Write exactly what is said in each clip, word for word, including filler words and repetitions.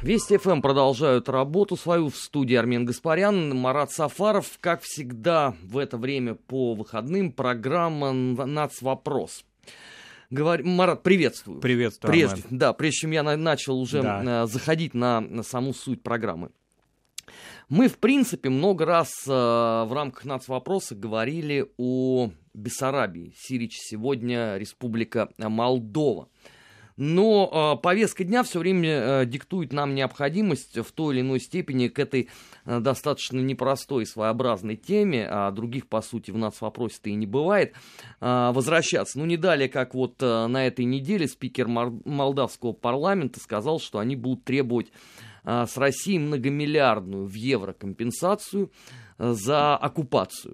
Вести эф эм продолжают работу свою. В студии Армен Гаспарян, Марат Сафаров. Как всегда, в это время по выходным программа «Нацвопрос». Говор... Марат, приветствую. Приветствую, Прежде, да, прежде чем я на... начал уже да. э, заходить на, на саму суть программы. Мы, в принципе, много раз э, в рамках «Нацвопроса» говорили о Бессарабии. Сирич сегодня Республика Молдова. Но э, повестка дня все время э, диктует нам необходимость в той или иной степени к этой э, достаточно непростой и своеобразной теме, а других, по сути, в нацвопросе-то и не бывает, э, возвращаться. Ну, не далее, как вот э, на этой неделе спикер мор- молдавского парламента сказал, что они будут требовать э, с России многомиллиардную в евро компенсацию э, за оккупацию.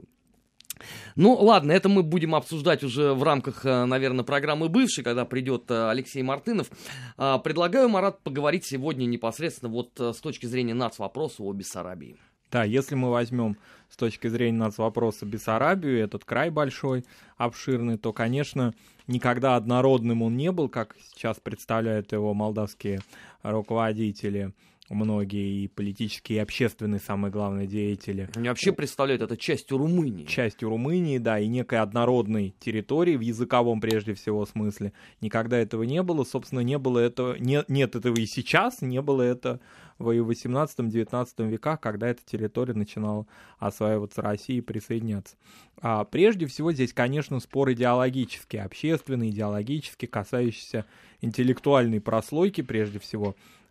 Ну, ладно, это мы будем обсуждать уже в рамках, наверное, программы «Бывший», когда придет Алексей Мартынов. Предлагаю, Марат, поговорить сегодня непосредственно вот с точки зрения нацвопроса о Бессарабии. Да, если мы возьмем с точки зрения нацвопроса Бессарабию, этот край большой, обширный, то, конечно, никогда однородным он не был, как сейчас представляют его молдавские руководители, многие и политические, и общественные, самые главные деятели. Они вообще представляют это частью Румынии. Частью Румынии, да, и некой однородной территории, в языковом прежде всего смысле. Никогда этого не было, собственно, не было этого, не, нет этого и сейчас, не было это в восемнадцатом-девятнадцатом веках, когда эта территория начинала осваиваться Россией и присоединяться. А прежде всего здесь, конечно, спор идеологический, общественный, идеологический, касающийся интеллектуальной прослойки, прежде всего,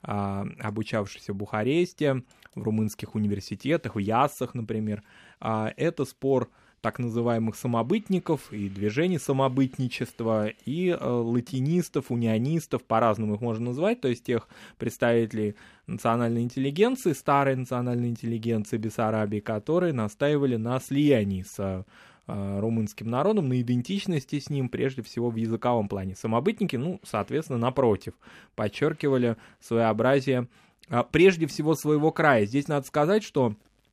обучавшихся в Бухаресте, в румынских университетах, в Яссах, например. Это спор так называемых самобытников и движений самобытничества, и латинистов, унионистов, по-разному их можно назвать, то есть тех представителей национальной интеллигенции, старой национальной интеллигенции Бессарабии, которые настаивали на слиянии с румынским народом, на идентичности с ним, прежде всего в языковом плане. Самобытники, ну, соответственно, напротив, подчеркивали своеобразие, прежде всего, своего края. Здесь надо сказать, что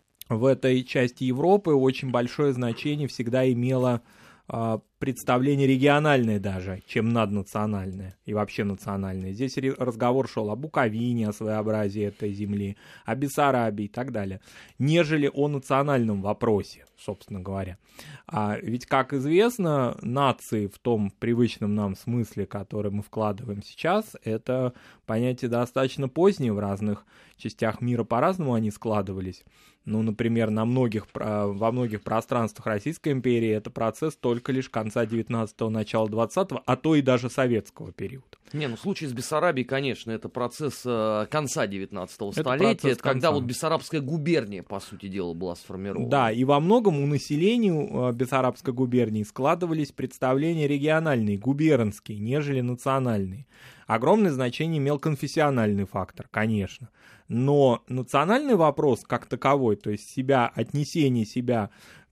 в этой части Европы очень большое значение всегда имело представление региональное даже, чем наднациональное и вообще национальное. Здесь разговор шел о Буковине, о своеобразии этой земли, о Бессарабии и так далее, нежели о национальном вопросе, собственно говоря. А ведь, как известно, нации в том привычном нам смысле, который мы вкладываем сейчас, это понятие достаточно позднее, в разных частях мира по-разному они складывались. Ну, например, на многих, во многих пространствах Российской империи это процесс только лишь конца девятнадцатого, начала двадцатого, а то и даже советского периода. Не, ну в случае с Бессарабией, конечно, это процесс э, конца девятнадцатого столетия, это когда вот Бессарабская губерния, по сути дела, была сформирована. Да, и во многом у населения Бессарабской губернии складывались представления региональные, губернские, нежели национальные. Огромное значение имел конфессиональный фактор, конечно. Но национальный вопрос как таковой, то есть себя, отнесение себя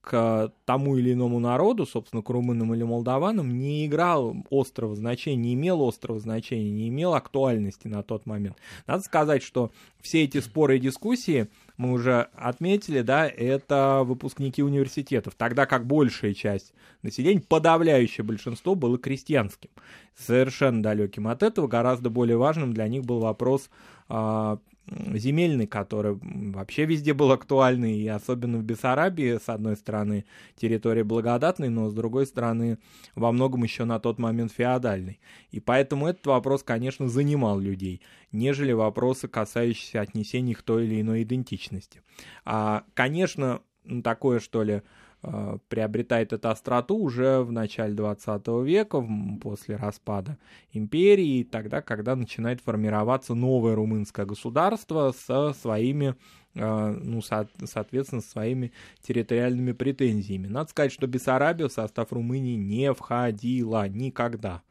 к тому или иному народу, собственно, к румынам или молдаванам, не играл острого значения, не имел острого значения, не имел актуальности на тот момент. Надо сказать, что все эти споры и дискуссии, мы уже отметили, да, это выпускники университетов, тогда как большая часть населения, подавляющее большинство, было крестьянским, совершенно далеким от этого. Гораздо более важным для них был вопрос а, земельный, который вообще везде был актуальный, и особенно в Бессарабии, с одной стороны, территория благодатная, но с другой стороны, во многом еще на тот момент феодальный. И поэтому этот вопрос, конечно, занимал людей, нежели вопросы, касающиеся отнесения к той или иной идентичности. А, конечно, такое, что ли, приобретает эту остроту уже в начале двадцатого века, после распада империи, тогда, когда начинает формироваться новое румынское государство со своими, ну, со, соответственно, своими территориальными претензиями. Надо сказать, что Бессарабия в состав Румынии не входила никогда.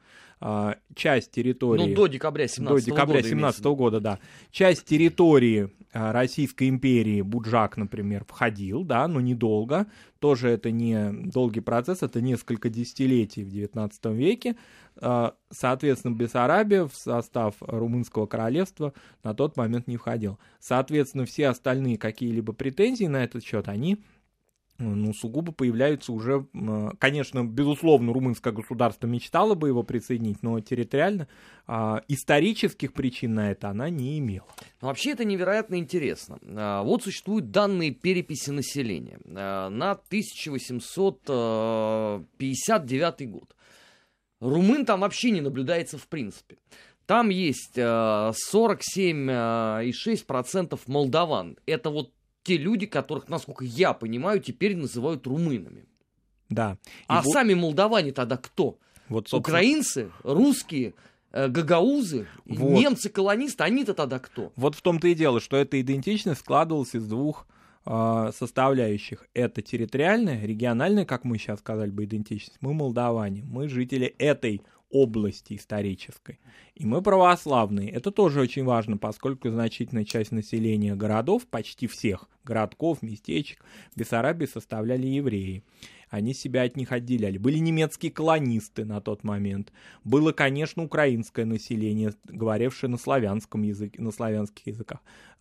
Часть территории... Ну, до декабря семнадцатого года. До декабря семнадцатого года, да. Часть территории Российской империи, Буджак, например, входил, да, но недолго. Тоже это не долгий процесс, это несколько десятилетий в девятнадцатом веке. Соответственно, Бессарабия в состав Румынского королевства на тот момент не входил. Соответственно, все остальные какие-либо претензии на этот счет, они ну, сугубо появляются уже, конечно, безусловно, румынское государство мечтало бы его присоединить, но территориально а, исторических причин на это она не имела. Вообще это невероятно интересно. Вот существуют данные переписи населения на тысяча восемьсот пятьдесят девятый год. Румын там вообще не наблюдается в принципе. Там есть сорок семь целых шесть десятых процента молдаван. Это вот те люди, которых, насколько я понимаю, теперь называют румынами. Да. А И сами молдаване тогда кто? Вот, собственно... Украинцы, русские, э, гагаузы, вот. Немцы-колонисты, они-то тогда кто? Вот в том-то и дело, что эта идентичность складывалась из двух э, составляющих. Это территориальная, региональная, как мы сейчас сказали бы, идентичность. Мы молдаване, мы жители этой области исторической. И мы православные. Это тоже очень важно, поскольку значительная часть населения городов, почти всех городков, местечек, Бессарабии составляли евреи. Они себя от них отделяли. Были немецкие колонисты на тот момент. Было, конечно, украинское население, говорившее на славянском языке, на славянских языках.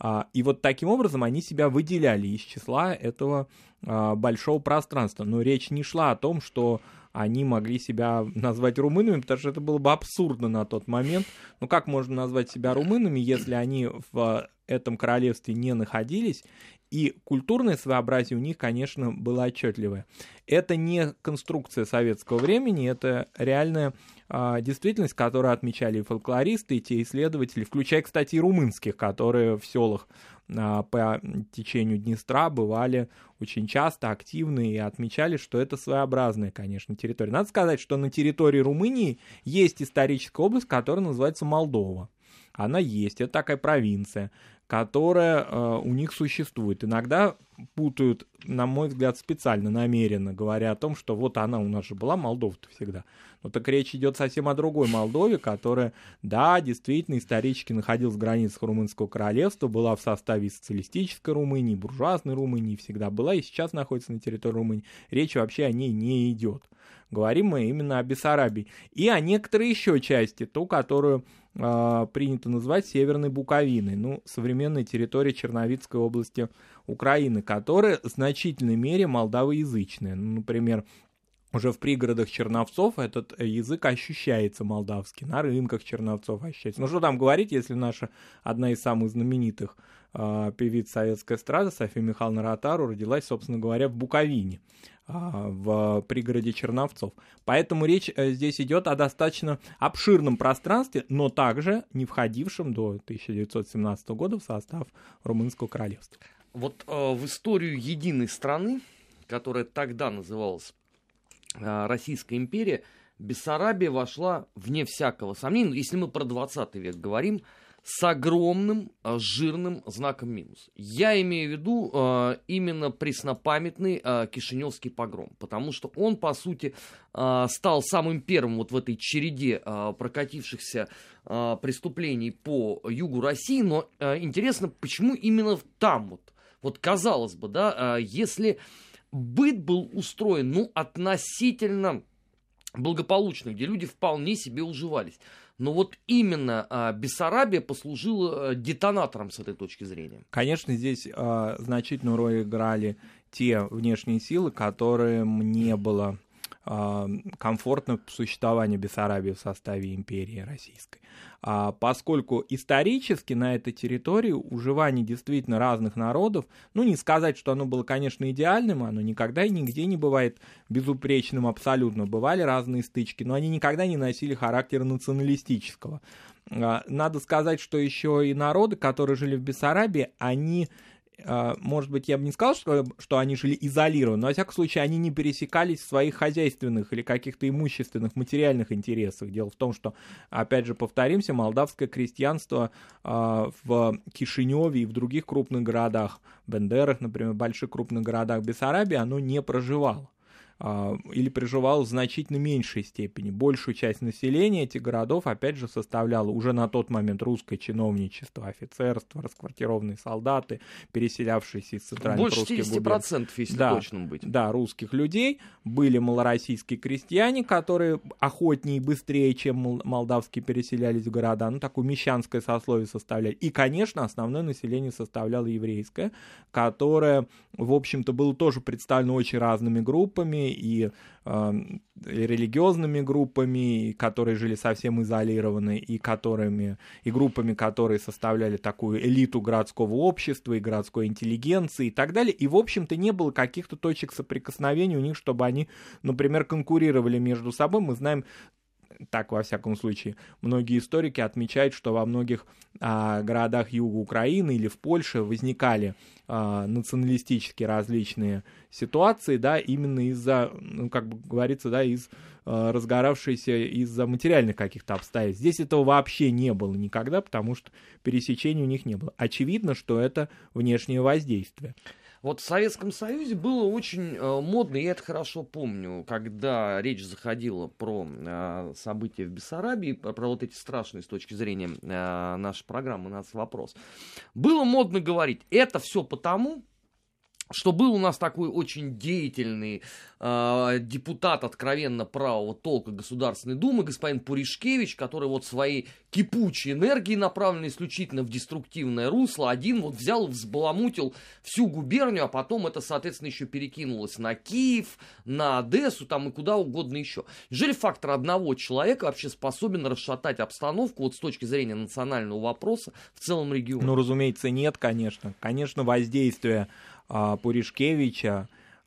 И вот таким образом они себя выделяли из числа этого большого пространства. Но речь не шла о том, что они могли себя назвать румынами, потому что это было бы абсурдно на тот момент. Ну как можно назвать себя румынами, если они в этом королевстве не находились? И культурное своеобразие у них, конечно, было отчетливое. Это не конструкция советского времени, это реальная а, действительность, которую отмечали и фольклористы, и те исследователи, включая, кстати, и румынских, которые в селах а, по течению Днестра бывали очень часто, активны, и отмечали, что это своеобразная, конечно, территория. Надо сказать, что на территории Румынии есть историческая область, которая называется Молдова. Она есть, это такая провинция, которая э, у них существует. Иногда путают, на мой взгляд, специально, намеренно, говоря о том, что вот она у нас же была, Молдова-то всегда. Но так речь идет совсем о другой Молдове, которая, да, действительно, исторически находилась в границах Румынского королевства, была в составе социалистической Румынии, буржуазной Румынии, всегда была и сейчас находится на территории Румынии. Речь вообще о ней не идет. Говорим мы именно о Бессарабии. И о некоторой еще части, ту, которую э, принято называть Северной Буковиной, ну, современной территории Черновицкой области Украины, которая в значительной мере молдавоязычная. Ну, например, уже в пригородах Черновцов этот язык ощущается молдавский, на рынках Черновцов ощущается. Ну, что там говорить, если наша одна из самых знаменитых э, певиц советской эстрады, Софья Михайловна Ротару, родилась, собственно говоря, в Буковине, в пригороде Черновцов. Поэтому речь здесь идет о достаточно обширном пространстве, но также не входившем до тысяча девятьсот семнадцатого года в состав Румынского королевства. Вот э, в историю единой страны, которая тогда называлась э, Российская империя, Бессарабия вошла, вне всякого сомнения, если мы про двадцатый век говорим, с огромным э, жирным знаком минус. Я имею в виду э, именно преснопамятный э, Кишиневский погром, потому что он, по сути, э, стал самым первым вот в этой череде э, прокатившихся э, преступлений по югу России, но э, интересно, почему именно там вот, вот казалось бы, да, э, если быт был устроен, ну, относительно благополучно, где люди вполне себе уживались. Но вот именно а, Бессарабия послужила а, детонатором с этой точки зрения. Конечно, здесь а, значительную роль играли те внешние силы, которым не было а, комфортно существование Бессарабии в составе империи российской. А, поскольку исторически на этой территории уживание действительно разных народов, ну не сказать, что оно было, конечно, идеальным, оно никогда и нигде не бывает безупречным абсолютно, бывали разные стычки, но они никогда не носили характера националистического. А, надо сказать, что еще и народы, которые жили в Бессарабии, они... Может быть, я бы не сказал, что, что они жили изолированно, но, во всяком случае, они не пересекались в своих хозяйственных или каких-то имущественных, материальных интересах. Дело в том, что, опять же, повторимся, молдавское крестьянство э, в Кишиневе и в других крупных городах, Бендерах, например, больших крупных городах Бессарабии, оно не проживало. или проживало в значительно меньшей степени. Большую часть населения этих городов, опять же, составляло уже на тот момент русское чиновничество, офицерство, расквартированные солдаты, переселявшиеся из центральных Больше русских шестьдесят процентов, губерний. если Да, точно быть. Да, русских людей. Были малороссийские крестьяне, которые охотнее и быстрее, чем молдавские, переселялись в города. Ну, такое мещанское сословие составляли. И, конечно, основное население составляло еврейское, которое, в общем-то, было тоже представлено очень разными группами, и, э, и религиозными группами, которые жили совсем изолированно, и, которыми, и группами, которые составляли такую элиту городского общества и городской интеллигенции и так далее. И, в общем-то, не было каких-то точек соприкосновения у них, чтобы они, например, конкурировали между собой. Мы знаем, так, во всяком случае, многие историки отмечают, что во многих а, городах юга Украины или в Польше возникали а, националистические различные ситуации, да, именно из-за, ну, как бы говорится, да, из а, разгоравшейся из-за материальных каких-то обстоятельств. Здесь этого вообще не было никогда, потому что пересечений у них не было. Очевидно, что это внешнее воздействие. Вот в Советском Союзе было очень э, модно, и я это хорошо помню, когда речь заходила про э, события в Бессарабии, про, про вот эти страшные с точки зрения э, нашей программы «Нацвопрос». Было модно говорить, это все потому, что был у нас такой очень деятельный э, депутат откровенно правого толка Государственной Думы, господин Пуришкевич, который вот своей кипучей энергией, направленной исключительно в деструктивное русло, один вот взял и взбаламутил всю губернию, а потом это, соответственно, еще перекинулось на Киев, на Одессу, там и куда угодно еще. Неужели фактор одного человека вообще способен расшатать обстановку вот с точки зрения национального вопроса в целом регионе? Ну, разумеется, нет, конечно. Конечно, воздействие Пуришкевича,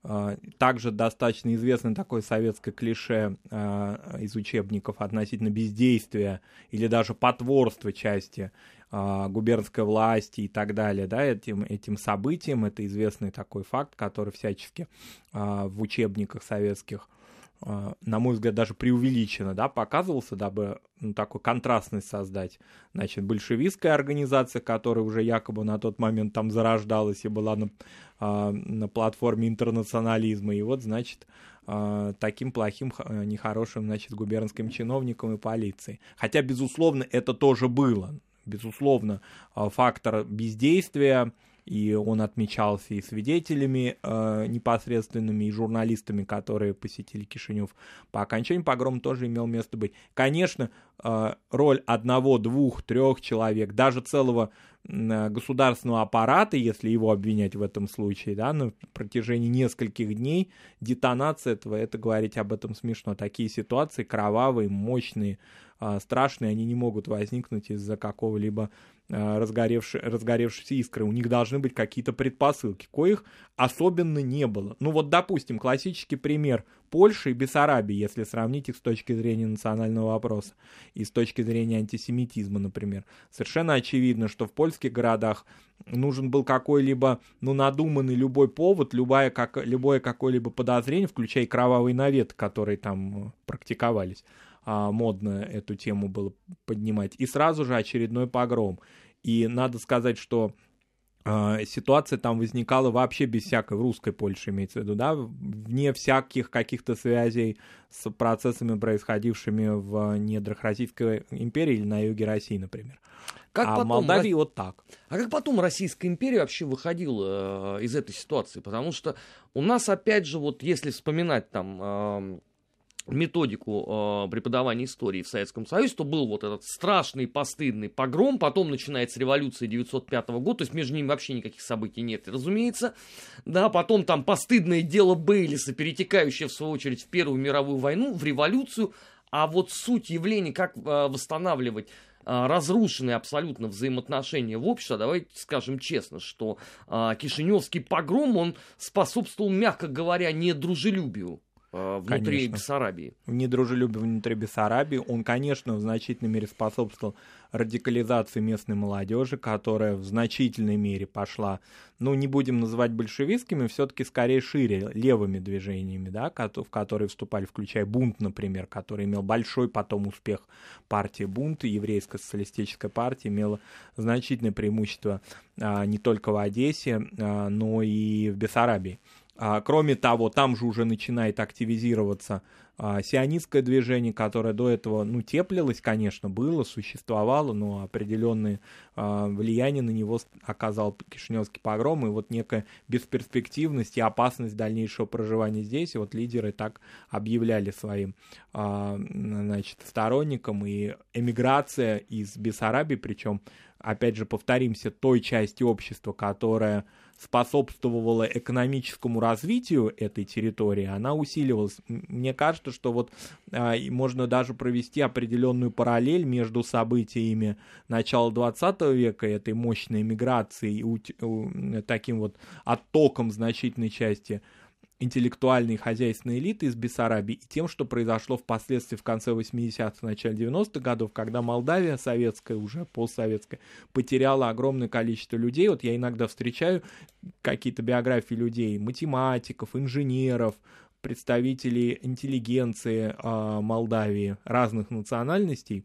также достаточно известное такое советское клише из учебников относительно бездействия или даже потворства части губернской власти и так далее, да, этим, этим событием. Это известный такой факт, который всячески в учебниках советских, на мой взгляд, даже преувеличенно, да, показывался, дабы, ну, такую контрастность создать. Значит, большевистская организация, которая уже якобы на тот момент там зарождалась и была на, на платформе интернационализма, и вот, значит, таким плохим, нехорошим, значит, губернским чиновником и полицией. Хотя, безусловно, это тоже было. Безусловно, фактор бездействия, и он отмечался и свидетелями э, непосредственными, и журналистами, которые посетили Кишинев по окончанию погрома, тоже имел место быть. Конечно, э, роль одного, двух, трех человек, даже целого э, государственного аппарата, если его обвинять в этом случае, да, на протяжении нескольких дней, детонация этого, это говорить об этом смешно. Такие ситуации кровавые, мощные, э, страшные, они не могут возникнуть из-за какого-либо разгоревшей, разгоревшейся искры. У них должны быть какие-то предпосылки, коих особенно не было. Ну вот, допустим, классический пример Польши и Бессарабии, если сравнить их с точки зрения национального вопроса и с точки зрения антисемитизма, например. Совершенно очевидно, что в польских городах нужен был какой-либо, ну, надуманный любой повод, любое, как, любое какое-либо подозрение, включая кровавые наветы, которые там практиковались. А, модно эту тему было поднимать. И сразу же очередной погром. И надо сказать, что э, ситуация там возникала вообще без всякой, в русской Польше имеется в виду, да, вне всяких каких-то связей с процессами, происходившими в недрах Российской империи или на юге России, например. Как а потом, в Молдавии вот так. А как потом Российская империя вообще выходила э, из этой ситуации? Потому что у нас, опять же, вот если вспоминать там... Э, методику э, преподавания истории в Советском Союзе, то был вот этот страшный, постыдный погром, потом начинается революция девятьсот пятого года, то есть между ними вообще никаких событий нет, разумеется, да, потом там постыдное дело Бейлиса, перетекающее, в свою очередь, в Первую мировую войну, в революцию, а вот суть явлений, как э, восстанавливать э, разрушенные абсолютно взаимоотношения в обществе, давайте скажем честно, что э, Кишиневский погром, он способствовал, мягко говоря, недружелюбию внутри конечно. Бессарабии. Недружелюбие внутри Бессарабии. Он, конечно, в значительной мере способствовал радикализации местной молодежи, которая в значительной мере пошла, ну, не будем называть большевистскими, все-таки скорее шире, левыми движениями, да, в которые вступали, включая бунт, например, который имел большой потом успех партии бунт, еврейская социалистическая партия имела значительное преимущество а, не только в Одессе, а, но и в Бессарабии. Кроме того, там же уже начинает активизироваться сионистское движение, которое до этого, ну, теплилось, конечно, было, существовало, но определенное влияние на него оказал Кишиневский погром, и вот некая бесперспективность и опасность дальнейшего проживания здесь, и вот лидеры так объявляли своим, значит, сторонникам, и эмиграция из Бессарабии, причем, опять же, повторимся, той части общества, которая способствовала экономическому развитию этой территории, она усиливалась. Мне кажется, что вот а, можно даже провести определенную параллель между событиями начала двадцатого века, этой мощной миграции и у, у, таким вот оттоком значительной части интеллектуальной и хозяйственной элиты из Бессарабии, и тем, что произошло впоследствии в конце восьмидесятых, начале девяностых годов, когда Молдавия советская, уже постсоветская, потеряла огромное количество людей. Вот я иногда встречаю какие-то биографии людей, математиков, инженеров, представителей интеллигенции э, Молдавии разных национальностей,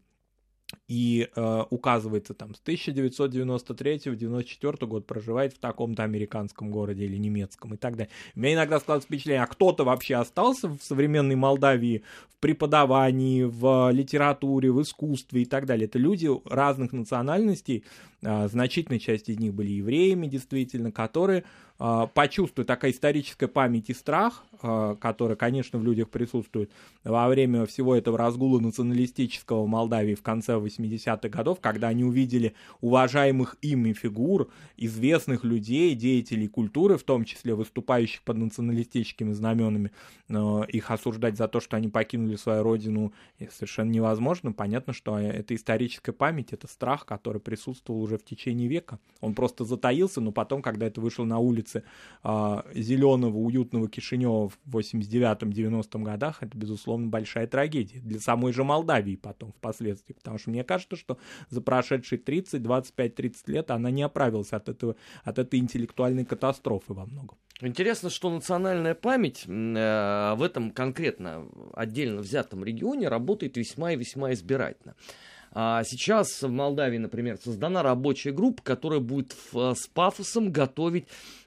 и э, указывается там с тысяча девятьсот девяносто третьего по девяносто четвёртый год проживает в таком-то американском городе или немецком и так далее. У меня иногда складывается впечатление, а кто-то вообще остался в современной Молдавии в преподавании, в литературе, в искусстве и так далее. Это люди разных национальностей, э, значительная часть из них были евреями, действительно, которые э, почувствуют такая историческая память и страх, э, который, конечно, в людях присутствует во время всего этого разгула националистического в Молдавии в конце восьмидесятых годов, когда они увидели уважаемых ими фигур, известных людей, деятелей культуры, в том числе выступающих под националистическими знаменами, но их осуждать за то, что они покинули свою родину, совершенно невозможно. Понятно, что это историческая память, это страх, который присутствовал уже в течение века. Он просто затаился, но потом, когда это вышло на улицы э, зеленого, уютного Кишинева в восемьдесят девятом — девяностом годах, это, безусловно, большая трагедия для самой же Молдавии потом, впоследствии, потому что мне кажется, что за прошедшие тридцать, двадцать пять, тридцать лет она не оправилась от этого, от этой интеллектуальной катастрофы во многом. Интересно, что национальная память э, в этом конкретно отдельно взятом регионе работает весьма и весьма избирательно. А сейчас в Молдавии, например, создана рабочая группа, которая будет в, с пафосом готовить,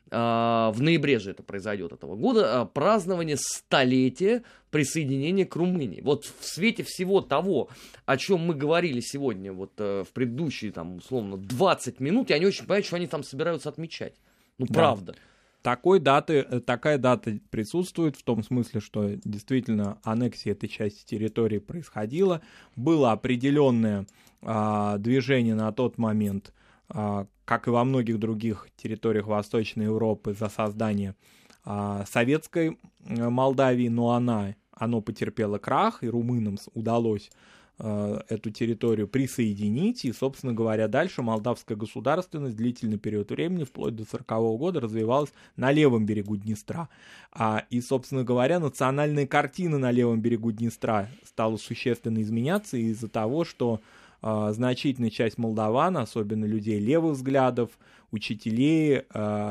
в ноябре же это произойдет этого года, празднование столетия присоединения к Румынии. Вот в свете всего того, о чем мы говорили сегодня, вот в предыдущие, там, условно, двадцать минут, я не очень понимаю, что они там собираются отмечать. Ну, да. Правда. Такой даты, такая дата присутствует в том смысле, что действительно аннексия этой части территории происходила. Было определенное а, движение на тот момент, а, как и во многих других территориях Восточной Европы, за создание а, советской Молдавии, но она, оно потерпело крах, и румынам удалось а, эту территорию присоединить, и, собственно говоря, дальше молдавская государственность длительный период времени, вплоть до сорокового года, развивалась на левом берегу Днестра. А, и, собственно говоря, национальная картина на левом берегу Днестра стала существенно изменяться из-за того, что значительная часть молдаван, особенно людей левых взглядов, учителей,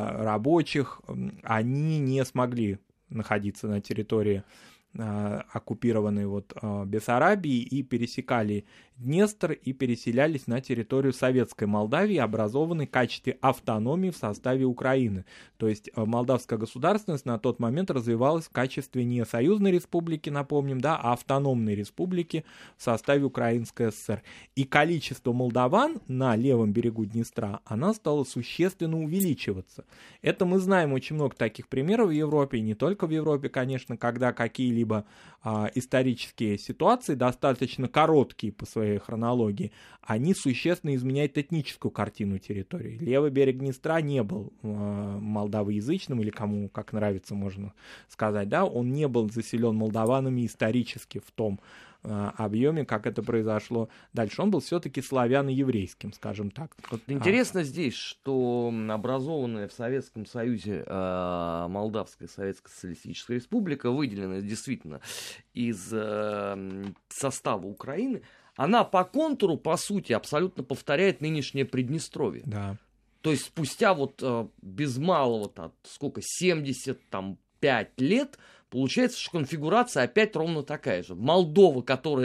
рабочих, они не смогли находиться на территории, оккупированной вот Бессарабии, и пересекали Днестр и переселялись на территорию Советской Молдавии, образованной в качестве автономии в составе Украины. То есть молдавская государственность на тот момент развивалась в качестве не союзной республики, напомним, да, а автономной республики в составе Украинской ССР. И количество молдаван на левом берегу Днестра, она стала существенно увеличиваться. Это мы знаем очень много таких примеров в Европе, и не только в Европе, конечно, когда какие-либо а, исторические ситуации, достаточно короткие по своей хронологии, они существенно изменяют этническую картину территории. Левый берег Днестра не был э, молдавоязычным, или кому как нравится можно сказать, да, он не был заселен молдаванами исторически в том э, объеме, как это произошло дальше. Он был все-таки славяно-еврейским, скажем так. Вот интересно а. здесь, что образованная в Советском Союзе э, Молдавская Советская Социалистическая Республика, выделенная действительно из э, состава Украины, она по контуру, по сути, абсолютно повторяет нынешнее Приднестровье. Да. То есть спустя вот э, без малого-то, сколько, семьдесят пять лет, получается, что конфигурация опять ровно такая же. Молдова, которая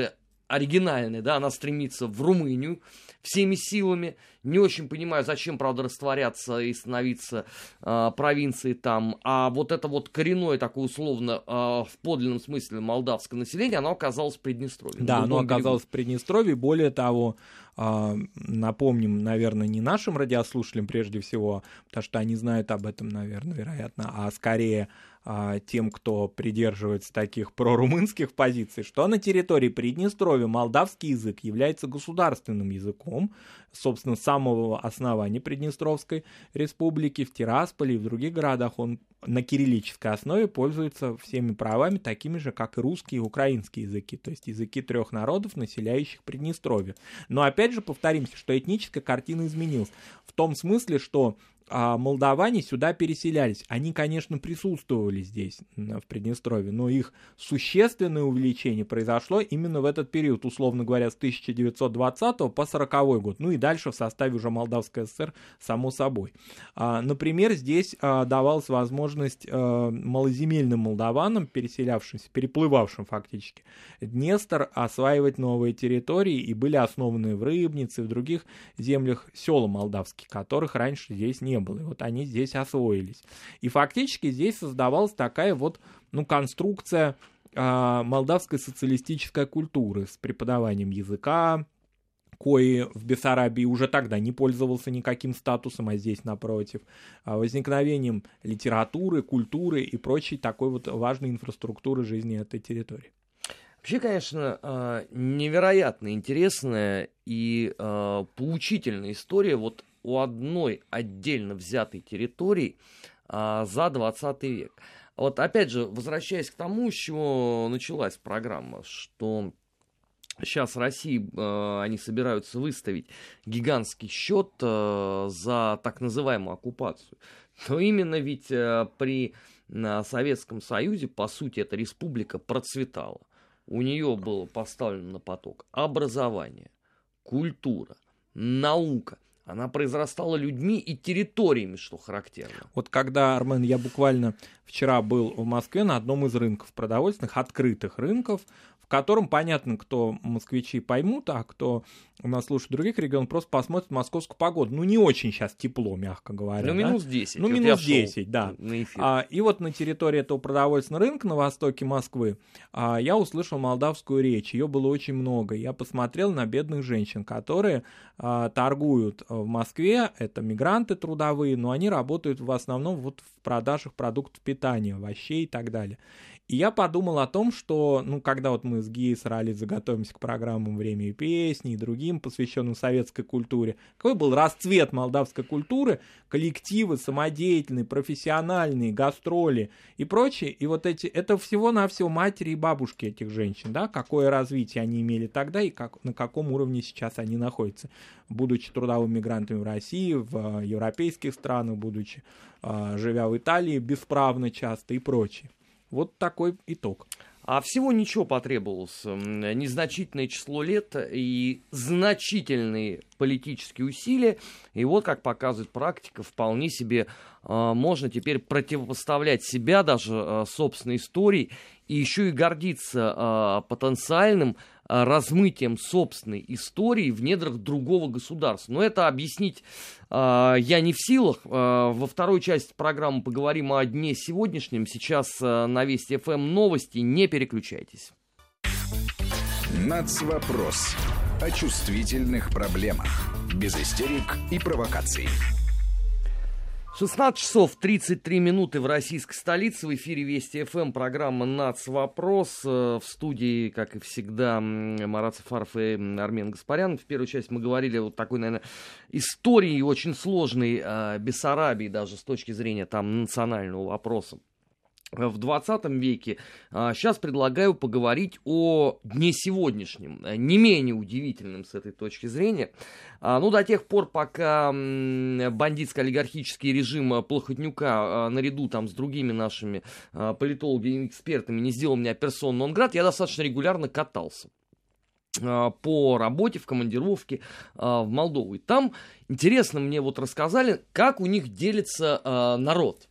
оригинальная, да, она стремится в Румынию всеми силами. Не очень понимаю, зачем, правда, растворяться и становиться э, провинцией там. А вот это вот коренное, такое условно, э, в подлинном смысле молдавское население, оно оказалось в Приднестровье. Да, оно оказалось в Приднестровье. Более того, э, напомним, наверное, не нашим радиослушателям прежде всего, потому что они знают об этом, наверное, вероятно, а скорее э, тем, кто придерживается таких прорумынских позиций, что на территории Приднестровья молдавский язык является государственным языком, собственно, с самого основания Приднестровской республики, в Тирасполе и в других городах он на кириллической основе пользуется всеми правами, такими же, как и русский и украинский языки, то есть языки трех народов, населяющих Приднестровье. Но опять же повторимся, что этническая картина изменилась в том смысле, что а молдаване сюда переселялись. Они, конечно, присутствовали здесь, в Приднестровье, но их существенное увеличение произошло именно в этот период, условно говоря, с тысяча девятьсот двадцатого по сороковой год, ну и дальше в составе уже Молдавской ССР, само собой. Например, здесь давалась возможность малоземельным молдаванам, переселявшимся, переплывавшим фактически Днестр, осваивать новые территории, и были основаны в Рыбнице, в других землях села молдавские, которых раньше здесь не было. И вот они здесь освоились. И фактически здесь создавалась такая вот, ну, конструкция э, молдавской социалистической культуры с преподаванием языка, кои в Бессарабии уже тогда не пользовался никаким статусом, а здесь напротив, возникновением литературы, культуры и прочей такой вот важной инфраструктуры жизни этой территории. Вообще, конечно, невероятно интересная и поучительная история вот у одной отдельно взятой территории а, за двадцатый век. Вот опять же, возвращаясь к тому, с чего началась программа, что сейчас России э, они собираются выставить гигантский счет э, за так называемую оккупацию. Но именно ведь э, при э, Советском Союзе, по сути, эта республика процветала. У нее было поставлено на поток образование, культура, наука. Она произрастала людьми и территориями, что характерно. Вот когда, Армен, я буквально вчера был в Москве на одном из рынков продовольственных, открытых рынков, в котором, понятно, кто москвичи поймут, а кто у нас слушает в других регионах, просто посмотрит московскую погоду. Ну, не очень сейчас тепло, мягко говоря. Ну, да? минус десять. Ну, вот минус десять, да. А, и вот на территории этого продовольственного рынка на востоке Москвы а, я услышал молдавскую речь. Ее было очень много. Я посмотрел на бедных женщин, которые а, торгуют в Москве. Это мигранты трудовые, но они работают в основном вот в продажах продуктов питания, овощей и так далее. И я подумал о том, что, ну, когда вот мы с Гией, с Рали заготовимся к программам «Время и песни» и другим, посвященным советской культуре, какой был расцвет молдавской культуры, коллективы самодеятельные, профессиональные, гастроли и прочее, и вот эти, это всего-навсего матери и бабушки этих женщин, да, какое развитие они имели тогда и как, на каком уровне сейчас они находятся, будучи трудовыми мигрантами в России, в европейских странах, будучи, живя в Италии бесправно часто и прочее. Вот такой итог. А всего ничего потребовалось. Незначительное число лет и значительные политические усилия. И вот, как показывает практика, вполне себе э, можно теперь противопоставлять себя даже э, собственной истории и еще и гордиться э, потенциальным э, размытием собственной истории в недрах другого государства. Но это объяснить э, я не в силах. Э, во второй части программы поговорим о дне сегодняшнем. Сейчас э, на Вести эф эм новости. Не переключайтесь. Нацвопрос. О чувствительных проблемах. Без истерик и провокаций. шестнадцать часов тридцать три минуты в российской столице. В эфире Вести эф эм, программа «Нацвопрос». В студии, как и всегда, Марат Сафаров и Армен Гаспарян. В первой части мы говорили вот такой, наверное, истории очень сложной э, Бессарабии, даже с точки зрения там национального вопроса в двадцатом веке. Сейчас предлагаю поговорить о дне сегодняшнем, не менее удивительным с этой точки зрения. Ну, до тех пор, пока бандитско-олигархический режим Плохотнюка наряду там с другими нашими политологами и экспертами не сделал меня персона нон грата, я достаточно регулярно катался по работе, в командировке в Молдову. И там интересно мне вот рассказали, как у них делится народ.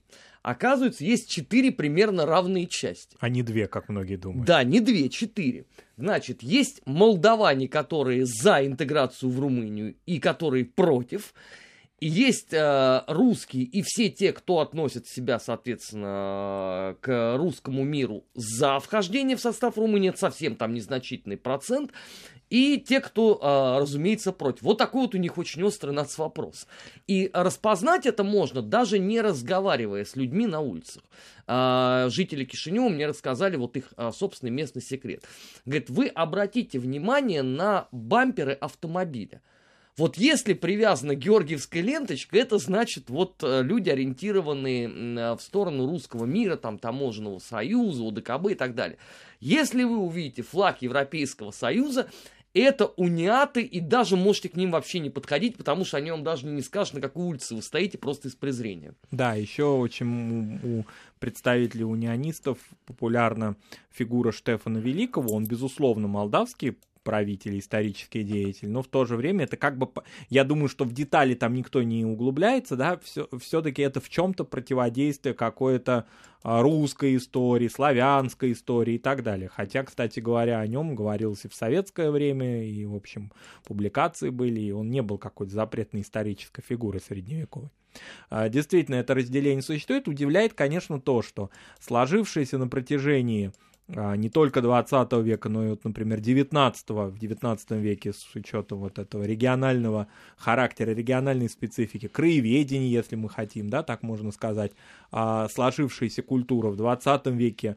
Оказывается, есть четыре примерно равные части. А не две, как многие думают. Да, не две, четыре. Значит, есть молдаване, которые за интеграцию в Румынию и которые против. И есть э, русские и все те, кто относит себя, соответственно, к русскому миру за вхождение в состав Румынии, это совсем там незначительный процент. И те, кто, э, разумеется, против. Вот такой вот у них очень острый нацвопрос. И распознать это можно, даже не разговаривая с людьми на улицах. Э, жители Кишинева мне рассказали вот их э, собственный местный секрет. Говорит, вы обратите внимание на бамперы автомобиля. Вот если привязана георгиевская ленточка, это значит, вот люди, ориентированные в сторону русского мира, там, таможенного союза, ОДКБ и так далее. Если вы увидите флаг Европейского союза, это униаты, и даже можете к ним вообще не подходить, потому что они вам даже не скажут, на какой улице вы стоите, просто из презрения. Да, еще очень у, у представителей унионистов популярна фигура Штефана Великого, он, безусловно, молдавский правитель, исторический деятель, но в то же время это как бы, я думаю, что в детали там никто не углубляется, да, все, все-таки это в чем-то противодействие какой-то русской истории, славянской истории и так далее. Хотя, кстати говоря, о нем говорилось и в советское время, и, в общем, публикации были, и он не был какой-то запретной исторической фигурой средневековой. Действительно, это разделение существует. Удивляет, конечно, то, что сложившееся на протяжении не только двадцатого века, но и, вот, например, девятнадцатого, в девятнадцатом веке с учетом вот этого регионального характера, региональной специфики, краеведения, если мы хотим, да, так можно сказать, сложившаяся культура в двадцатом веке,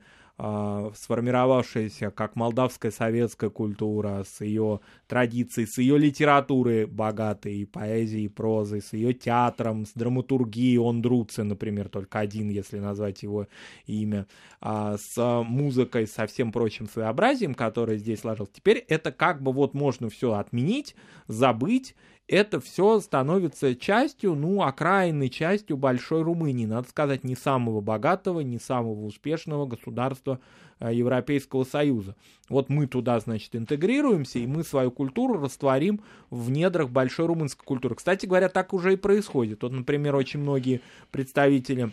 сформировавшаяся как молдавская советская культура, с ее традицией, с ее литературой богатой, и поэзией, и прозой, с ее театром, с драматургией, Ондруце, например, только один, если назвать его имя, с музыкой, со всем прочим своеобразием, которое здесь сложилось. Теперь это как бы вот можно все отменить, забыть. Это все становится частью, ну, окраинной частью большой Румынии, надо сказать, не самого богатого, не самого успешного государства э, Европейского Союза. Вот мы туда, значит, интегрируемся, и мы свою культуру растворим в недрах большой румынской культуры. Кстати говоря, так уже и происходит. Вот, например, очень многие представители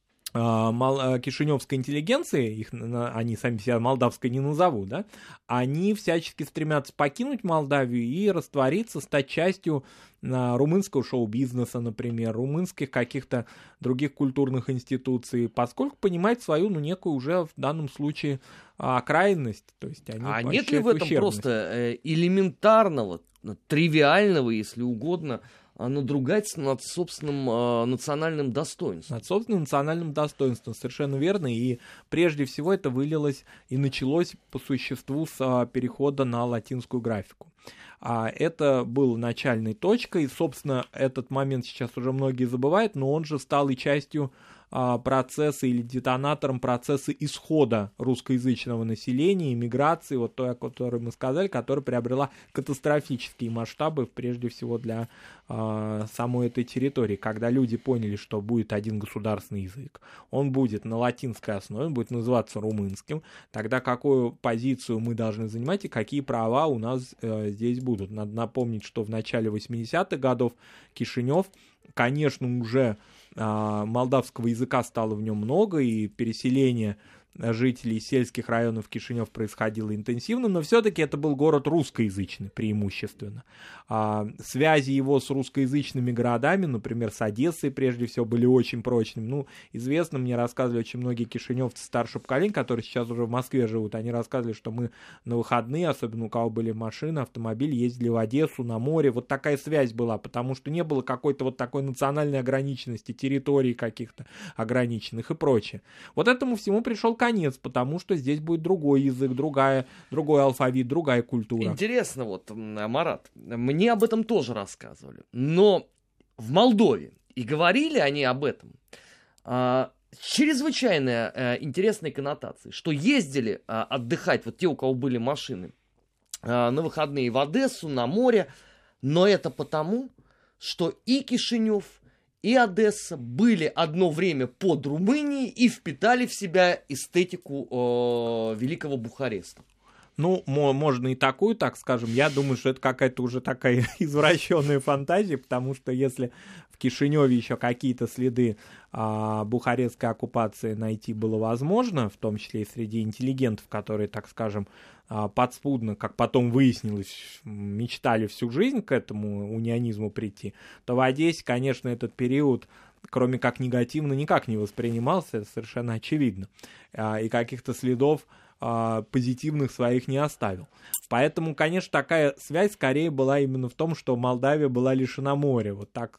кишиневской интеллигенции, их, они сами себя молдавской не назовут, да, они всячески стремятся покинуть Молдавию и раствориться, стать частью румынского шоу-бизнеса, например, румынских каких-то других культурных институций, поскольку понимают свою, ну, некую уже в данном случае окраинность. То есть они а нет ли в этом просто элементарного, тривиального, если угодно, надругаться над собственным э, национальным достоинством. Над собственным национальным достоинством, совершенно верно. И прежде всего это вылилось и началось по существу с а, перехода на латинскую графику. А, это был начальной точкой, и, собственно, этот момент сейчас уже многие забывают, но он же стал и частью процесса или детонатором процесса исхода русскоязычного населения, иммиграции, вот той, о которой мы сказали, которая приобрела катастрофические масштабы, прежде всего для э, самой этой территории, когда люди поняли, что будет один государственный язык, он будет на латинской основе, он будет называться румынским, тогда какую позицию мы должны занимать и какие права у нас э, здесь будут. Надо напомнить, что в начале восьмидесятых годов Кишинев, конечно, уже молдавского языка стало в нем много, и переселение жителей сельских районов Кишинев происходило интенсивно, но все-таки это был город русскоязычный преимущественно. А, связи его с русскоязычными городами, например, с Одессой прежде всего, были очень прочными. Ну, известно, мне рассказывали очень многие кишиневцы старшего поколения, которые сейчас уже в Москве живут, они рассказывали, что мы на выходные, особенно у кого были машины, автомобили, ездили в Одессу, на море. Вот такая связь была, потому что не было какой-то вот такой национальной ограниченности, территорий каких-то ограниченных и прочее. Вот этому всему пришел конец, потому что здесь будет другой язык, другая, другой алфавит, другая культура. Интересно, вот, Марат, мне об этом тоже рассказывали, но в Молдове, и говорили они об этом, а, чрезвычайно а, интересной коннотации, что ездили а, отдыхать, вот те, у кого были машины, а, на выходные в Одессу, на море, но это потому, что и Кишинев, и Одесса были одно время под Румынией и впитали в себя эстетику э, Великого Бухареста. Ну, можно и такую, так скажем. Я думаю, что это какая-то уже такая извращенная фантазия, потому что если в Кишиневе еще какие-то следы а, бухарестской оккупации найти было возможно, в том числе и среди интеллигентов, которые, так скажем, а, подспудно, как потом выяснилось, мечтали всю жизнь к этому унионизму прийти, то в Одессе, конечно, этот период, кроме как негативно, никак не воспринимался, это совершенно очевидно. А, и каких-то следов позитивных своих не оставил. Поэтому, конечно, такая связь скорее была именно в том, что Молдавия была лишена моря. Вот так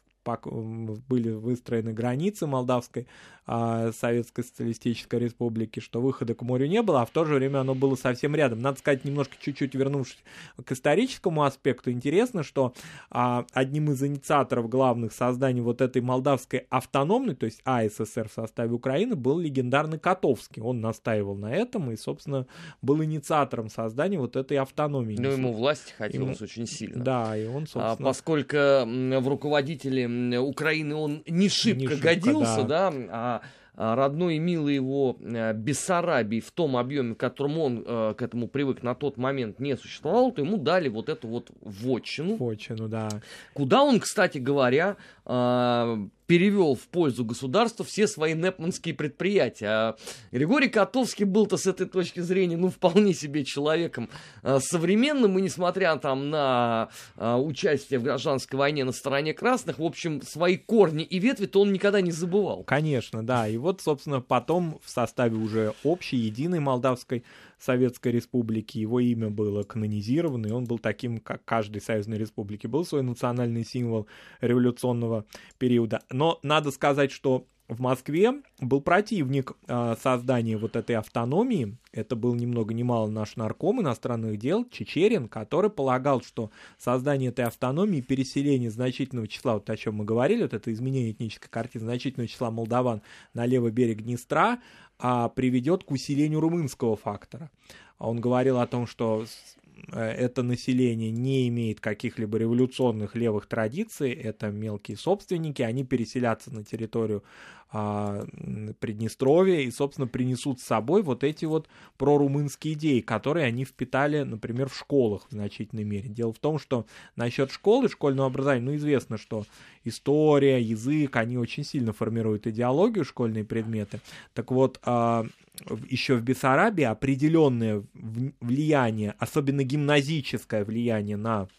были выстроены границы Молдавской а, Советской Социалистической Республики, что выхода к морю не было, а в то же время оно было совсем рядом. Надо сказать, немножко чуть-чуть вернувшись к историческому аспекту, интересно, что а, одним из инициаторов главных создания вот этой молдавской автономной, то есть АССР в составе Украины, был легендарный Котовский. Он настаивал на этом и, собственно, был инициатором создания вот этой автономии. Но ему власти хотелось ему... очень сильно. Да, и он, собственно... А, поскольку в руководители Украины он не шибко, не шибко годился, да, да а родной и милый его Бессарабии в том объеме, в котором он э, к этому привык, на тот момент не существовал, то ему дали вот эту вот вотчину. Вотчину, да. Куда он, кстати говоря, э, перевел в пользу государства все свои непманские предприятия. А Григорий Котовский был-то с этой точки зрения, ну, вполне себе человеком э, современным, и несмотря там на э, участие в гражданской войне на стороне красных, в общем, свои корни и ветви-то он никогда не забывал. Конечно, да, и вот, собственно, потом в составе уже общей, единой Молдавской Советской Республики его имя было канонизировано, и он был таким, как каждой союзной республике был свой национальный символ революционного периода. Но надо сказать, что в Москве был противник э, создания вот этой автономии. Это был ни много ни мало наш нарком иностранных дел Чичерин, который полагал, что создание этой автономии, переселение значительного числа, вот о чем мы говорили, вот это изменение этнической картины, значительного числа молдаван на левый берег Днестра, а, приведет к усилению румынского фактора. Он говорил о том, что это население не имеет каких-либо революционных левых традиций, это мелкие собственники, они переселятся на территорию а, Приднестровья и, собственно, принесут с собой вот эти вот прорумынские идеи, которые они впитали, например, в школах в значительной мере. Дело в том, что насчет школы, школьного образования, ну, известно, что история, язык, они очень сильно формируют идеологию, школьные предметы. Так вот, а, еще в Бессарабии определенное влияние, особенно гимназическое влияние на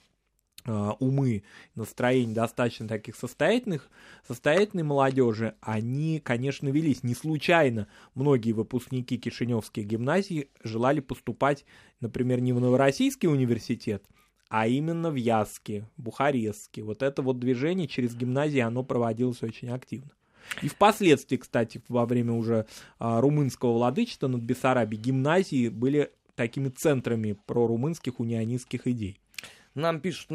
э, умы, настроение достаточно таких состоятельных, состоятельной молодежи, они, конечно, велись. Не случайно многие выпускники Кишиневских гимназий желали поступать, например, не в Новороссийский университет, а именно в Ясский, Бухарестский. Вот это вот движение через гимназии, оно проводилось очень активно. И впоследствии, кстати, во время уже а, румынского владычества над Бессарабией гимназии были такими центрами прорумынских унионистских идей. Нам пишут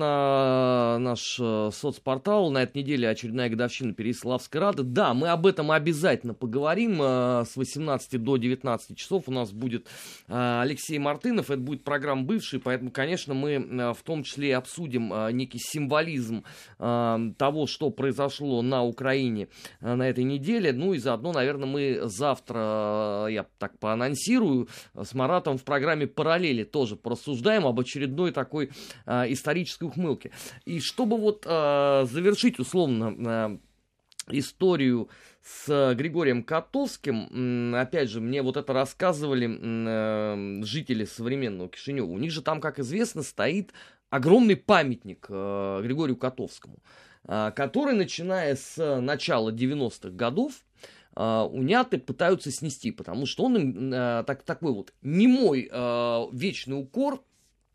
на наш э, соцпортал, на этой неделе очередная годовщина Переяславской Рады. Да, мы об этом обязательно поговорим. Э, с восемнадцати до девятнадцати часов у нас будет э, Алексей Мартынов. Это будет программа бывшая, поэтому, конечно, мы э, в том числе и обсудим э, некий символизм э, того, что произошло на Украине э, на этой неделе. Ну и заодно, наверное, мы завтра, э, я так поанонсирую, с Маратом в программе «Параллели» тоже порассуждаем об очередной такой э, исторической ухмылки. И чтобы вот э, завершить условно э, историю с Григорием Котовским, э, опять же, мне вот это рассказывали э, жители современного Кишинева. У них же там, как известно, стоит огромный памятник э, Григорию Котовскому, э, который, начиная с начала девяностых годов, Uh, уняты пытаются снести, потому что он им uh, так, такой вот немой uh, вечный укор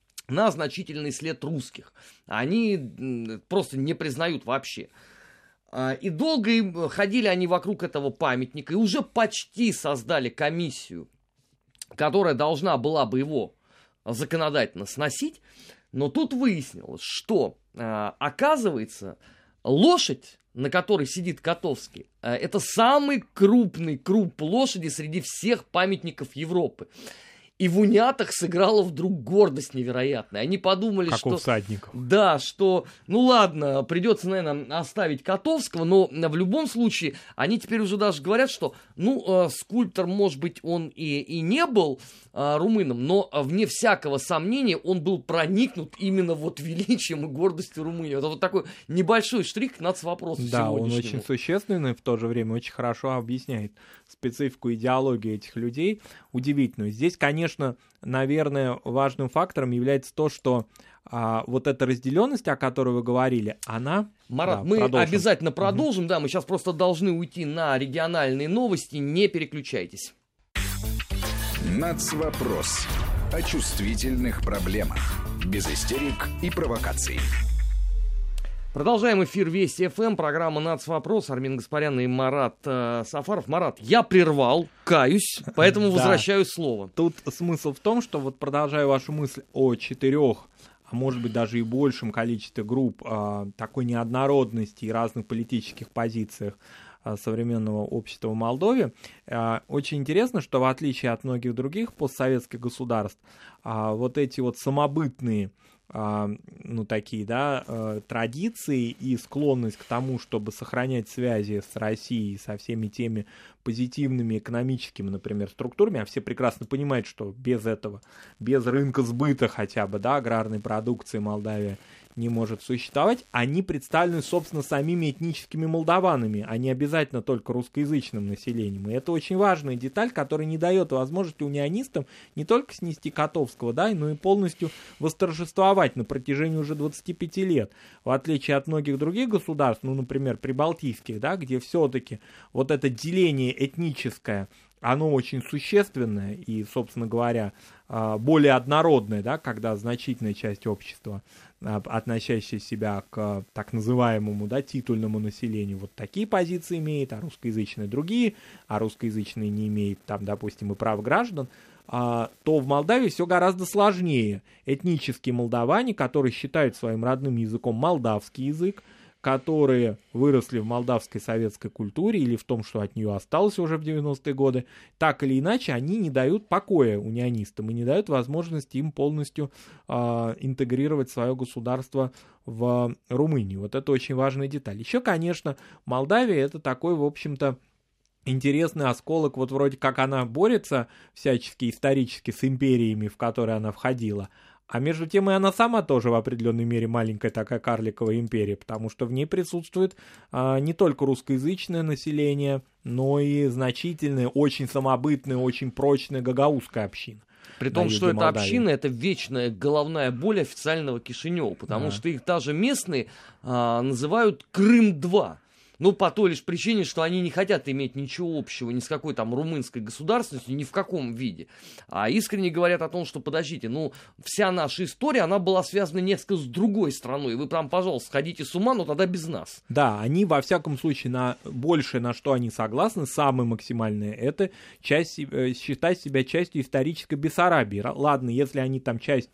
на значительный след русских. Они uh, просто не признают вообще. Uh, и долго им ходили они вокруг этого памятника и уже почти создали комиссию, которая должна была бы его законодательно сносить. Но тут выяснилось, что uh, оказывается лошадь, на которой сидит Котовский, это самый крупный круп лошади среди всех памятников Европы. И в унятах сыграла вдруг гордость невероятная. Они подумали, как что... у всадников. Да, что, ну ладно, придется, наверное, оставить Котовского, но в любом случае они теперь уже даже говорят, что, ну, э, скульптор, может быть, он и, и не был э, румыном, но э, вне всякого сомнения он был проникнут именно вот величием и гордостью Румынии. Это вот такой небольшой штрих к нацвопросу Да, сегодняшнему. он очень существенный, в то же время очень хорошо объясняет специфику идеологии этих людей, удивительную. Здесь, конечно, наверное, важным фактором является то, что а, вот эта разделенность, о которой вы говорили, она... Марат, да, мы продолжим. обязательно продолжим, угу. Да, мы сейчас просто должны уйти на региональные новости, не переключайтесь. Нацвопрос. О чувствительных проблемах. Без истерик и провокаций. Продолжаем эфир Вести эф эм, программа «Нацвопрос». Армин Гаспарян и Марат э, Сафаров. Марат, я прервал, каюсь, поэтому возвращаю слово. Тут смысл в том, что вот продолжаю вашу мысль о четырех, а может быть даже и большем количестве групп, э, такой неоднородности и разных политических позициях э, современного общества в Молдове. Э, очень интересно, что в отличие от многих других постсоветских государств, э, вот эти вот самобытные ну, такие, да, традиции и склонность к тому, чтобы сохранять связи с Россией, со всеми теми позитивными экономическими, например, структурами, а все прекрасно понимают, что без этого, без рынка сбыта хотя бы, да, аграрной продукции Молдавия не может существовать, они представлены, собственно, самими этническими молдаванами, а не обязательно только русскоязычным населением. И это очень важная деталь, которая не дает возможности унионистам не только снести Котовского, да, но и полностью восторжествовать на протяжении уже двадцати пяти лет. В отличие от многих других государств, ну, например, прибалтийских, да, где все-таки вот это деление этническое, оно очень существенное и, собственно говоря, более однородное, да, когда значительная часть общества, относящая себя к так называемому, да, титульному населению, вот такие позиции имеет, а русскоязычные другие, а русскоязычные не имеют, там, допустим, и прав граждан, то в Молдавии все гораздо сложнее. Этнические молдаване, которые считают своим родным языком молдавский язык, которые выросли в молдавской советской культуре или в том, что от нее осталось уже в девяностые годы, так или иначе они не дают покоя унионистам и не дают возможности им полностью э, интегрировать свое государство в Румынию. Вот это очень важная деталь. Еще, конечно, Молдавия — это такой, в общем-то, интересный осколок, вот вроде как она борется всячески исторически с империями, в которые она входила, а между тем и она сама тоже в определенной мере маленькая такая карликовая империя, потому что в ней присутствует а, не только русскоязычное население, но и значительная, очень самобытная, очень прочная гагаузская община. При том, что эта община — это вечная головная боль официального Кишинева, потому да. что их даже местные а, называют Крым-два. Ну, по той лишь причине, что они не хотят иметь ничего общего ни с какой там румынской государственностью, ни в каком виде. А искренне говорят о том, что, подождите, ну, вся наша история, она была связана несколько с другой страной. Вы прям, пожалуйста, сходите с ума, но тогда без нас. Да, они, во всяком случае, на большее, на что они согласны, самое максимальное, это часть, считать себя частью исторической Бессарабии. Ладно, если они там часть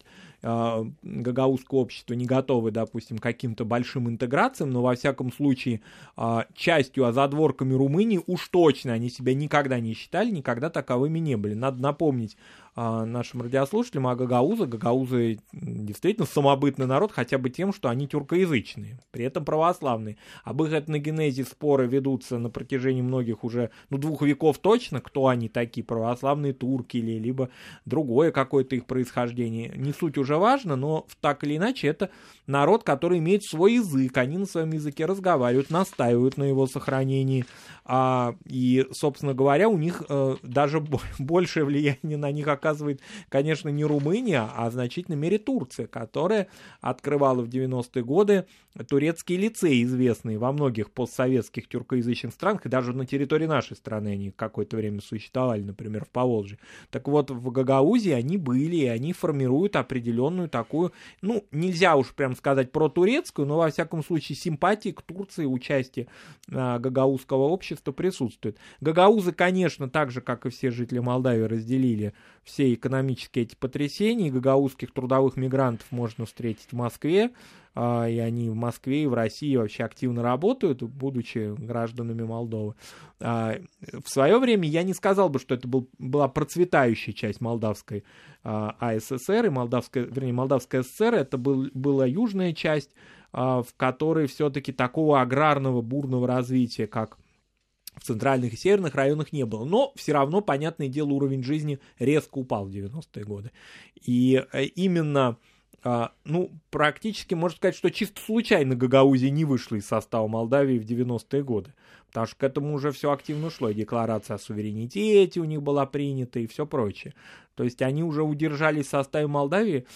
гагаузского общества не готовы, допустим, к каким-то большим интеграциям, но во всяком случае частью, а задворками Румынии уж точно они себя никогда не считали, никогда таковыми не были. Надо напомнить нашим радиослушателям о гагаузах. Гагаузы действительно самобытный народ, хотя бы тем, что они тюркоязычные, при этом православные. Об их этногенезе споры ведутся на протяжении многих уже, ну, двух веков точно, кто они такие, православные турки или либо другое какое-то их происхождение. Не суть уже важно, но так или иначе это народ, который имеет свой язык, они на своем языке разговаривают, настаивают на его сохранении, а, и, собственно говоря, у них э, даже большее влияние на них оказывает, конечно, не Румыния, а в значительной мере Турция, которая открывала в девяностые годы турецкие лицеи, известные во многих постсоветских тюркоязычных странах, и даже на территории нашей страны они какое-то время существовали, например, в Поволжье. Так вот, в Гагаузии они были, и они формируют определенную такую, ну, нельзя уж прям сказать протурецкую, но, во всяком случае, симпатии к Турции, участие а, гагаузского общества присутствует. Гагаузы, конечно, так же, как и все жители Молдавии, разделили все экономические эти потрясения. Гагаузских трудовых мигрантов можно встретить в Москве, а, и они в Москве и в России вообще активно работают, будучи гражданами Молдовы. А, в свое время я не сказал бы, что это был, была процветающая часть молдавской а, АССР, и молдавская, вернее, молдавская ССР, это был, была южная часть, а, в которой все-таки такого аграрного бурного развития, как в центральных и северных районах, не было. Но все равно, понятное дело, уровень жизни резко упал в девяностые годы. И именно, ну, практически, можно сказать, что чисто случайно Гагаузия не вышла из состава Молдавии в девяностые годы. Потому что к этому уже все активно шло. И декларация о суверенитете у них была принята, и все прочее. То есть они уже удержались в составе Молдавии,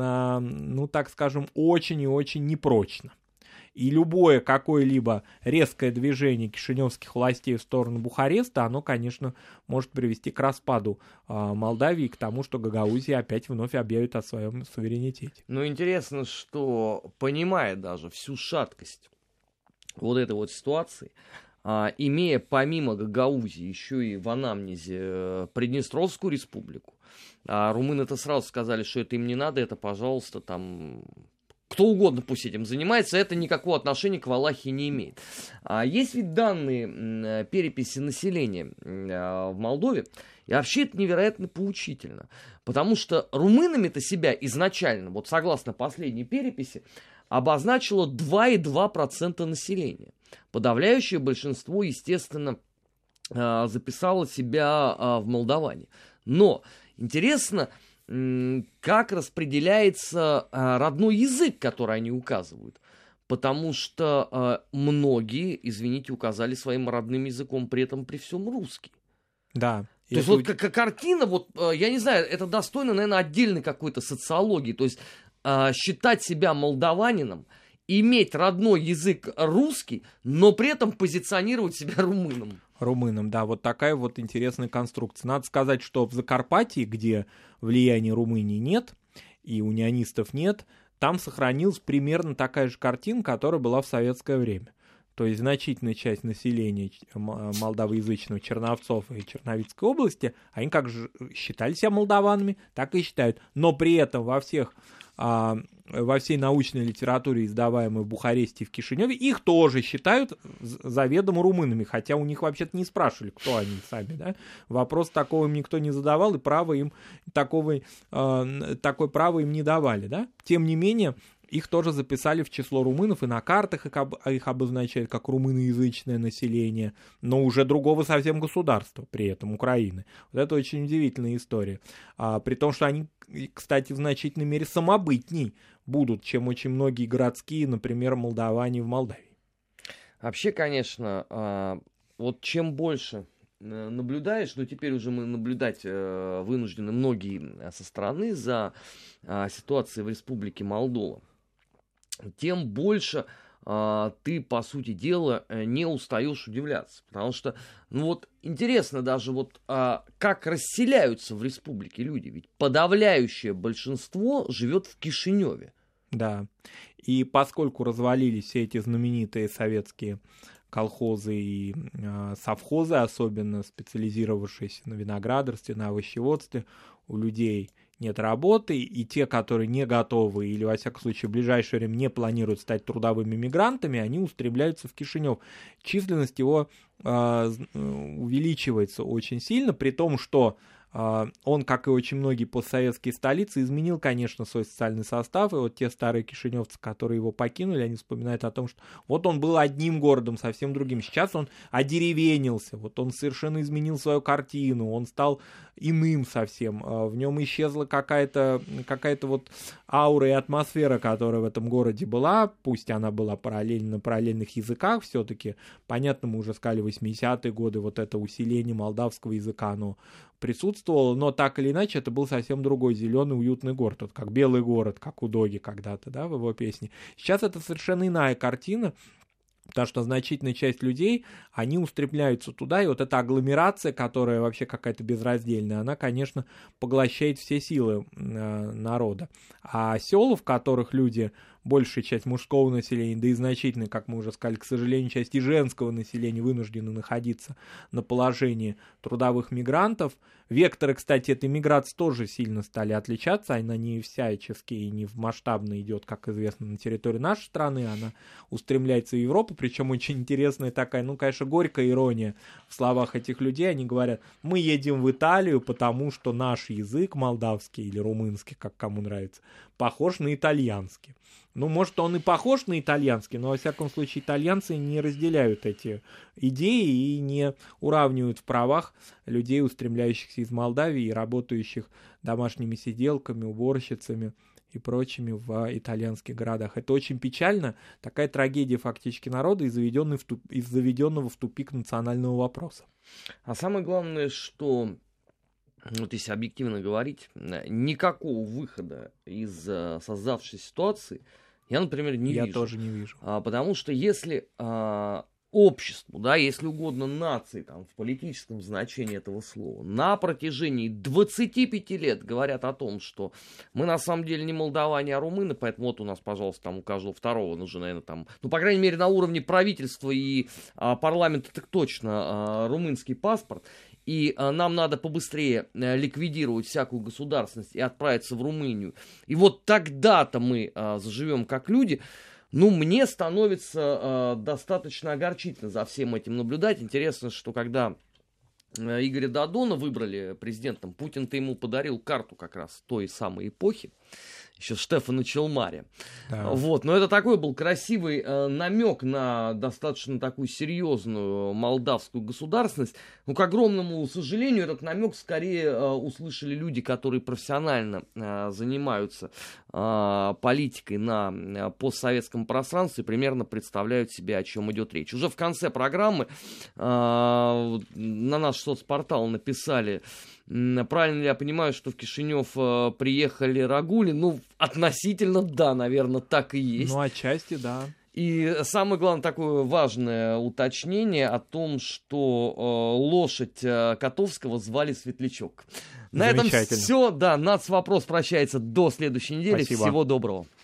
ну, так скажем, очень и очень непрочно. И любое какое-либо резкое движение кишиневских властей в сторону Бухареста, оно, конечно, может привести к распаду э, Молдавии, к тому, что Гагаузия опять вновь объявит о своем суверенитете. Ну, интересно, что, понимая даже всю шаткость вот этой вот ситуации, а, имея помимо Гагаузии еще и в анамнезе Приднестровскую республику, а румыны-то сразу сказали, что это им не надо, это, пожалуйста, там... Кто угодно пусть этим занимается, это никакого отношения к Валахии не имеет. А есть ведь данные переписи населения в Молдове, и вообще это невероятно поучительно. Потому что румынами-то себя изначально, вот согласно последней переписи, обозначило два и две десятых процента населения. Подавляющее большинство, естественно, записало себя в Молдаване. Но интересно... как распределяется а, родной язык, который они указывают. Потому что а, многие, извините, указали своим родным языком, при этом при всем русский. Да. То есть вот как картина, вот, я не знаю, это достойно, наверное, отдельной какой-то социологии. То есть а, считать себя молдаванином, иметь родной язык русский, но при этом позиционировать себя румыном. Румынам, да, вот такая вот интересная конструкция. Надо сказать, что в Закарпатье, где влияния Румынии нет и унионистов нет, там сохранилась примерно такая же картина, которая была в советское время. То есть значительная часть населения молдавоязычного Черновцов и Черновицкой области, они как же считали себя молдаванами, так и считают. Но при этом во всех... во всей научной литературе, издаваемой в Бухаресте и в Кишиневе, их тоже считают заведомо румынами, хотя у них вообще-то не спрашивали, кто они сами, да? Вопрос такого им никто не задавал, и право им, такого, э, такое право им не давали, да? Тем не менее, их тоже записали в число румынов, и на картах их обозначают как румыноязычное население, но уже другого совсем государства, при этом Украины. Вот это очень удивительная история. А, при том, что они, кстати, в значительной мере самобытней будут, чем очень многие городские, например, молдаване в Молдавии. Вообще, конечно, вот чем больше наблюдаешь, но теперь уже мы наблюдать вынуждены многие со стороны за ситуацией в Республике Молдова, тем больше а, ты, по сути дела, не устаешь удивляться. Потому что, ну вот, интересно даже, вот а, как расселяются в республике люди. Ведь подавляющее большинство живет в Кишиневе. Да, и поскольку развалились все эти знаменитые советские колхозы и э, совхозы, особенно специализировавшиеся на виноградарстве, на овощеводстве, у людей нет работы, и те, которые не готовы или, во всяком случае, в ближайшее время не планируют стать трудовыми мигрантами, они устремляются в Кишинев. Численность его э, увеличивается очень сильно, при том, что он, как и очень многие постсоветские столицы, изменил, конечно, свой социальный состав, и вот те старые кишиневцы, которые его покинули, они вспоминают о том, что вот он был одним городом, совсем другим, сейчас он одеревенился, вот он совершенно изменил свою картину, он стал иным совсем, в нем исчезла какая-то, какая-то вот аура и атмосфера, которая в этом городе была, пусть она была параллельно на параллельных языках все-таки, понятно, мы уже сказали, восьмидесятые годы, вот это усиление молдавского языка, оно присутствовало, но так или иначе это был совсем другой зеленый уютный город, вот как Белый город, как у Доги когда-то, да, в его песне. Сейчас это совершенно иная картина, потому что значительная часть людей, они устремляются туда, и вот эта агломерация, которая вообще какая-то безраздельная, она, конечно, поглощает все силы э, народа. А села, в которых люди большая часть мужского населения, да и значительная, как мы уже сказали, к сожалению, часть и женского населения вынуждены находиться на положении трудовых мигрантов. Векторы, кстати, этой миграции тоже сильно стали отличаться, она не всячески и не в масштабно идет, как известно, на территории нашей страны, она устремляется в Европу, причем очень интересная такая, ну, конечно, горькая ирония в словах этих людей, они говорят, мы едем в Италию, потому что наш язык молдавский или румынский, как кому нравится, похож на итальянский. Ну, может, он и похож на итальянский, но, во всяком случае, итальянцы не разделяют эти идеи и не уравнивают в правах людей, устремляющихся из Молдавии и работающих домашними сиделками, уборщицами и прочими в итальянских городах. Это очень печально, такая трагедия фактически народа из заведенного в, туп... из заведенного в тупик национального вопроса. А самое главное, что... Вот если объективно говорить, никакого выхода из uh, создавшейся ситуации я, например, не я вижу. Я тоже не вижу. А, потому что если а, обществу, да, если угодно нации, там, в политическом значении этого слова, на протяжении двадцати пяти лет говорят о том, что мы на самом деле не молдаване, а румыны, поэтому вот у нас, пожалуйста, там у каждого второго нужно, наверное, там, ну, по крайней мере, на уровне правительства и а, парламента так точно а, румынский паспорт, и а, нам надо побыстрее а, ликвидировать всякую государственность и отправиться в Румынию. И вот тогда-то мы а, заживем как люди. Ну, мне становится а, достаточно огорчительно за всем этим наблюдать. Интересно, что когда а, Игоря Додона выбрали президентом, Путин-то ему подарил карту как раз той самой эпохи. Еще Штефана Челмари. Да. Вот. Но это такой был красивый э, намек на достаточно такую серьезную молдавскую государственность. Но, к огромному сожалению, этот намек скорее э, услышали люди, которые профессионально э, занимаются э, политикой на э, постсоветском пространстве, примерно представляют себе, о чем идет речь. Уже в конце программы э, на наш соцпортал написали: правильно ли я понимаю, что в Кишинев э, приехали Рагули? Ну, относительно, да, наверное, так и есть. Ну, отчасти, да. И самое главное такое важное уточнение о том, что э, лошадь э, Котовского звали Светлячок. На этом все. Да, Нацвопрос прощается до следующей недели. Спасибо. Всего доброго.